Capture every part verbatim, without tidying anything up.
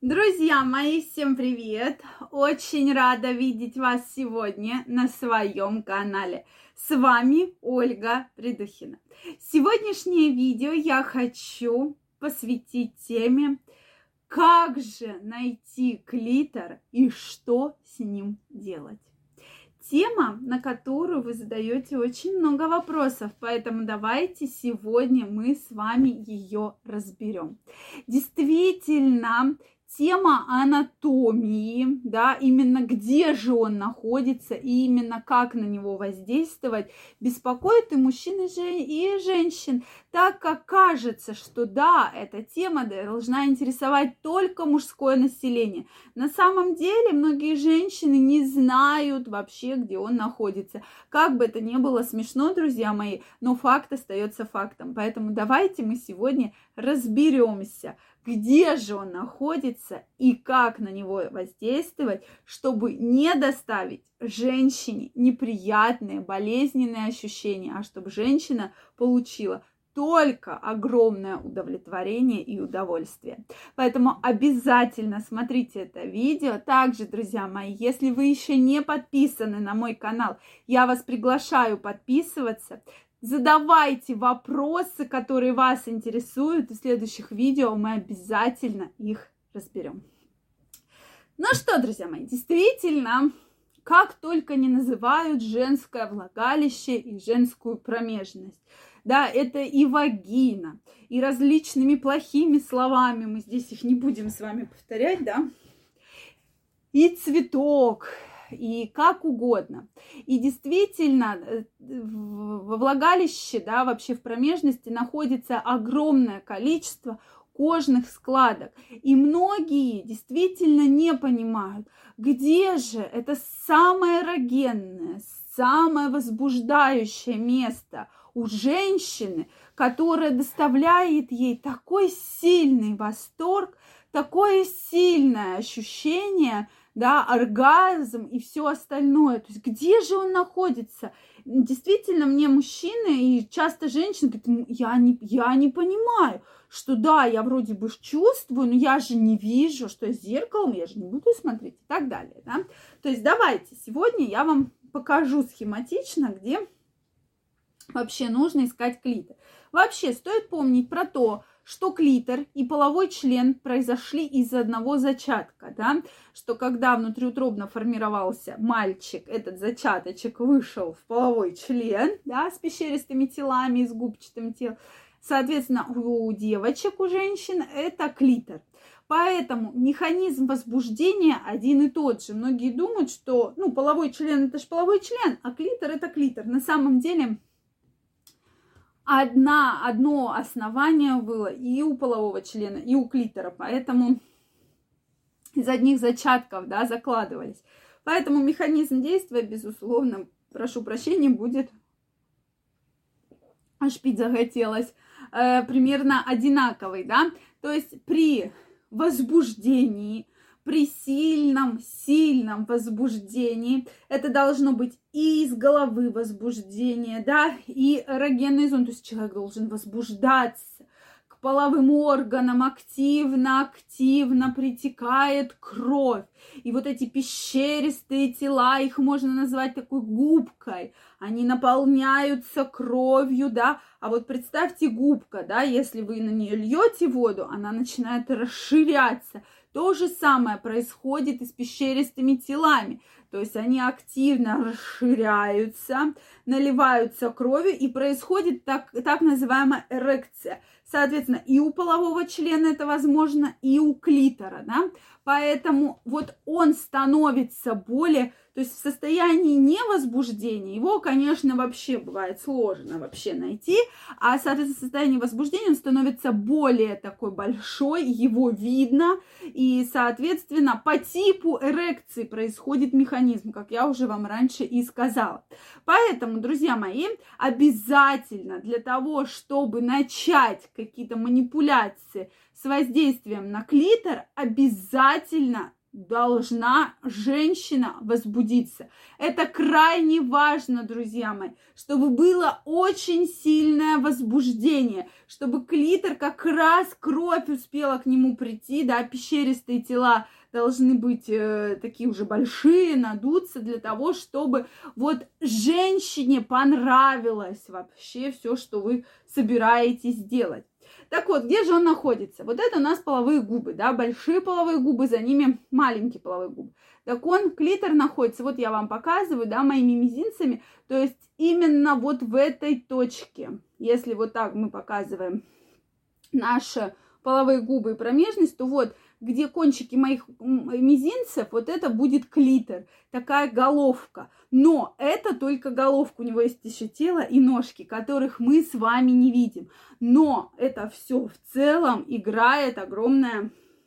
Друзья мои, всем привет! Очень рада видеть вас сегодня на своем канале. С вами Ольга Придухина. Сегодняшнее видео я хочу посвятить теме, как же найти клитор и что с ним делать. Тема, на которую вы задаете очень много вопросов, поэтому давайте сегодня мы с вами ее разберем. Действительно, тема анатомии, да, именно где же он находится и именно как на него воздействовать, беспокоит и мужчин, и женщин, так как кажется, что да, эта тема должна интересовать только мужское население. На самом деле многие женщины не знают вообще, где он находится. Как бы это ни было смешно, друзья мои, но факт остается фактом. Поэтому давайте мы сегодня разберемся, где же он находится и как на него воздействовать, чтобы не доставить женщине неприятные, болезненные ощущения, а чтобы женщина получила только огромное удовлетворение и удовольствие. Поэтому обязательно смотрите это видео. Также, друзья мои, если вы еще не подписаны на мой канал, я вас приглашаю подписываться. Задавайте вопросы, которые вас интересуют, и в следующих видео мы обязательно их разберем. Ну что, друзья мои, действительно, как только не называют женское влагалище и женскую промежность. Да, это и вагина, и различными плохими словами, мы здесь их не будем с вами повторять, да, и цветок, и как угодно. И действительно, во влагалище, да, вообще в промежности находится огромное количество кожных складок. И многие действительно не понимают, где же это самое эрогенное, самое возбуждающее место у женщины, которое доставляет ей такой сильный восторг, такое сильное ощущение, да, оргазм и все остальное. То есть где же он находится? Действительно, мне мужчины и часто женщины говорят, я не, я не понимаю, что да, я вроде бы чувствую, но я же не вижу, что я с зеркалом, я же не буду смотреть и так далее. Да? То есть давайте сегодня я вам покажу схематично, где вообще нужно искать клитор. Вообще стоит помнить про то, что клитор и половой член произошли из одного зачатка, да, что когда внутриутробно формировался мальчик, этот зачаточек вышел в половой член, да, с пещеристыми телами и с губчатым телом, соответственно, у девочек, у женщин это клитор. Поэтому механизм возбуждения один и тот же. Многие думают, что, ну, половой член это же половой член, а клитор это клитор. На самом деле Одна, одно основание было и у полового члена, и у клитора, поэтому из одних зачатков, да, закладывались. Поэтому механизм действия, безусловно, прошу прощения, будет, аж пить захотелось, э, примерно одинаковый, да. То есть при возбуждении, при сильном, сильном возбуждении, это должно быть и из головы возбуждение, да, и эрогенный зон, то есть человек должен возбуждаться, к половым органам активно-активно притекает кровь. И вот эти пещеристые тела, их можно назвать такой губкой, они наполняются кровью, да, а вот представьте губка, да, если вы на нее льете воду, она начинает расширяться. То же самое происходит и с пещеристыми телами. То есть они активно расширяются, наливаются кровью, и происходит так, так называемая эрекция. Соответственно, и у полового члена это возможно, и у клитора, да. Поэтому вот он становится более, то есть в состоянии невозбуждения, его, конечно, вообще бывает сложно вообще найти, а, соответственно, в состоянии возбуждения он становится более такой большой, его видно, и, соответственно, по типу эрекции происходит механизм, как я уже вам раньше и сказала. Поэтому, друзья мои, обязательно для того, чтобы начать какие-то манипуляции с воздействием на клитор, обязательно должна женщина возбудиться. Это крайне важно, друзья мои, чтобы было очень сильное возбуждение, чтобы клитор как раз кровь успела к нему прийти, да, пещеристые тела должны быть э, такие уже большие, надуться для того, чтобы вот женщине понравилось вообще все, что вы собираетесь делать. Так вот, где же он находится? Вот это у нас половые губы, да, большие половые губы, за ними маленькие половые губы. Так он, клитор находится, вот я вам показываю, да, моими мизинцами, то есть именно вот в этой точке. Если вот так мы показываем наши половые губы и промежность, то вот, где кончики моих мизинцев, вот это будет клитор, такая головка. Но это только головка, у него есть еще тело и ножки, которых мы с вами не видим. Но это все в целом играет огромное,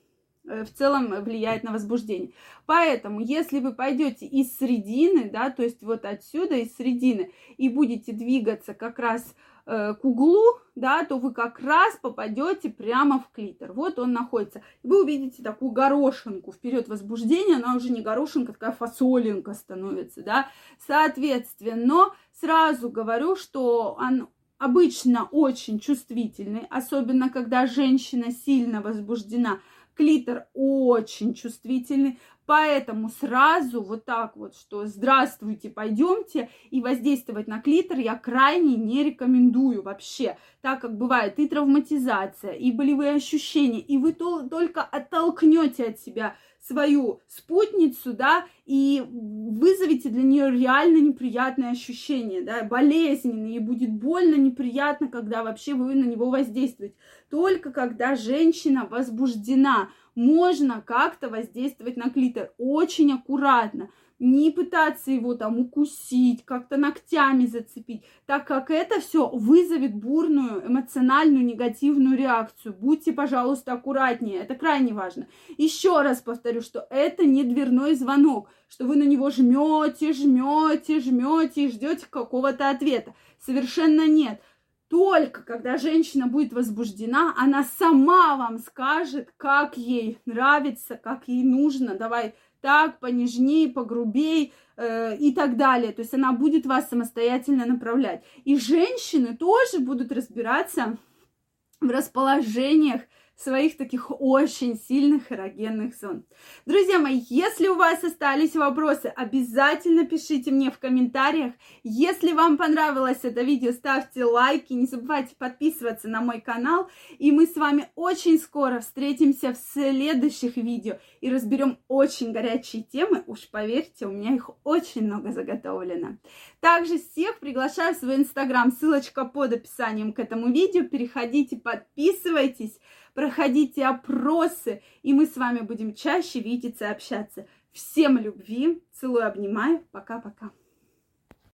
в целом влияет на возбуждение. Поэтому, если вы пойдете из середины, да, то есть вот отсюда, из середины, и будете двигаться как раз к углу, да, то вы как раз попадете прямо в клитор. Вот он находится. Вы увидите такую горошинку. Вперед возбуждение, она уже не горошинка, такая фасолинка становится, да. Соответственно, но сразу говорю, что он обычно очень чувствительный, особенно когда женщина сильно возбуждена. Клитор очень чувствительный, поэтому сразу вот так вот, что здравствуйте, пойдемте, и воздействовать на клитор я крайне не рекомендую вообще, так как бывает и травматизация, и болевые ощущения, и вы то, только оттолкнете от себя свою спутницу, да, и вызовете для нее реально неприятные ощущения, да, болезненные, и будет больно, неприятно, когда вообще вы на него воздействуете. Только когда женщина возбуждена, можно как-то воздействовать на клитор, очень аккуратно, не пытаться его там укусить, как-то ногтями зацепить, так как это все вызовет бурную эмоциональную негативную реакцию. Будьте, пожалуйста, аккуратнее, это крайне важно. Еще раз повторю, что это не дверной звонок, что вы на него жмете, жмете, жмете и ждете какого-то ответа. Совершенно нет. Только когда женщина будет возбуждена, она сама вам скажет, как ей нравится, как ей нужно. Давай так, понежней, погрубей э, и так далее. То есть она будет вас самостоятельно направлять. И женщины тоже будут разбираться в расположениях своих таких очень сильных эрогенных зон. Друзья мои, если у вас остались вопросы, обязательно пишите мне в комментариях. Если вам понравилось это видео, ставьте лайки, не забывайте подписываться на мой канал. И мы с вами очень скоро встретимся в следующих видео и разберем очень горячие темы. Уж поверьте, у меня их очень много заготовлено. Также всех приглашаю в свой инстаграм, ссылочка под описанием к этому видео. Переходите, подписывайтесь. Проходите опросы, и мы с вами будем чаще видеться и общаться. Всем любви, целую, обнимаю, пока-пока.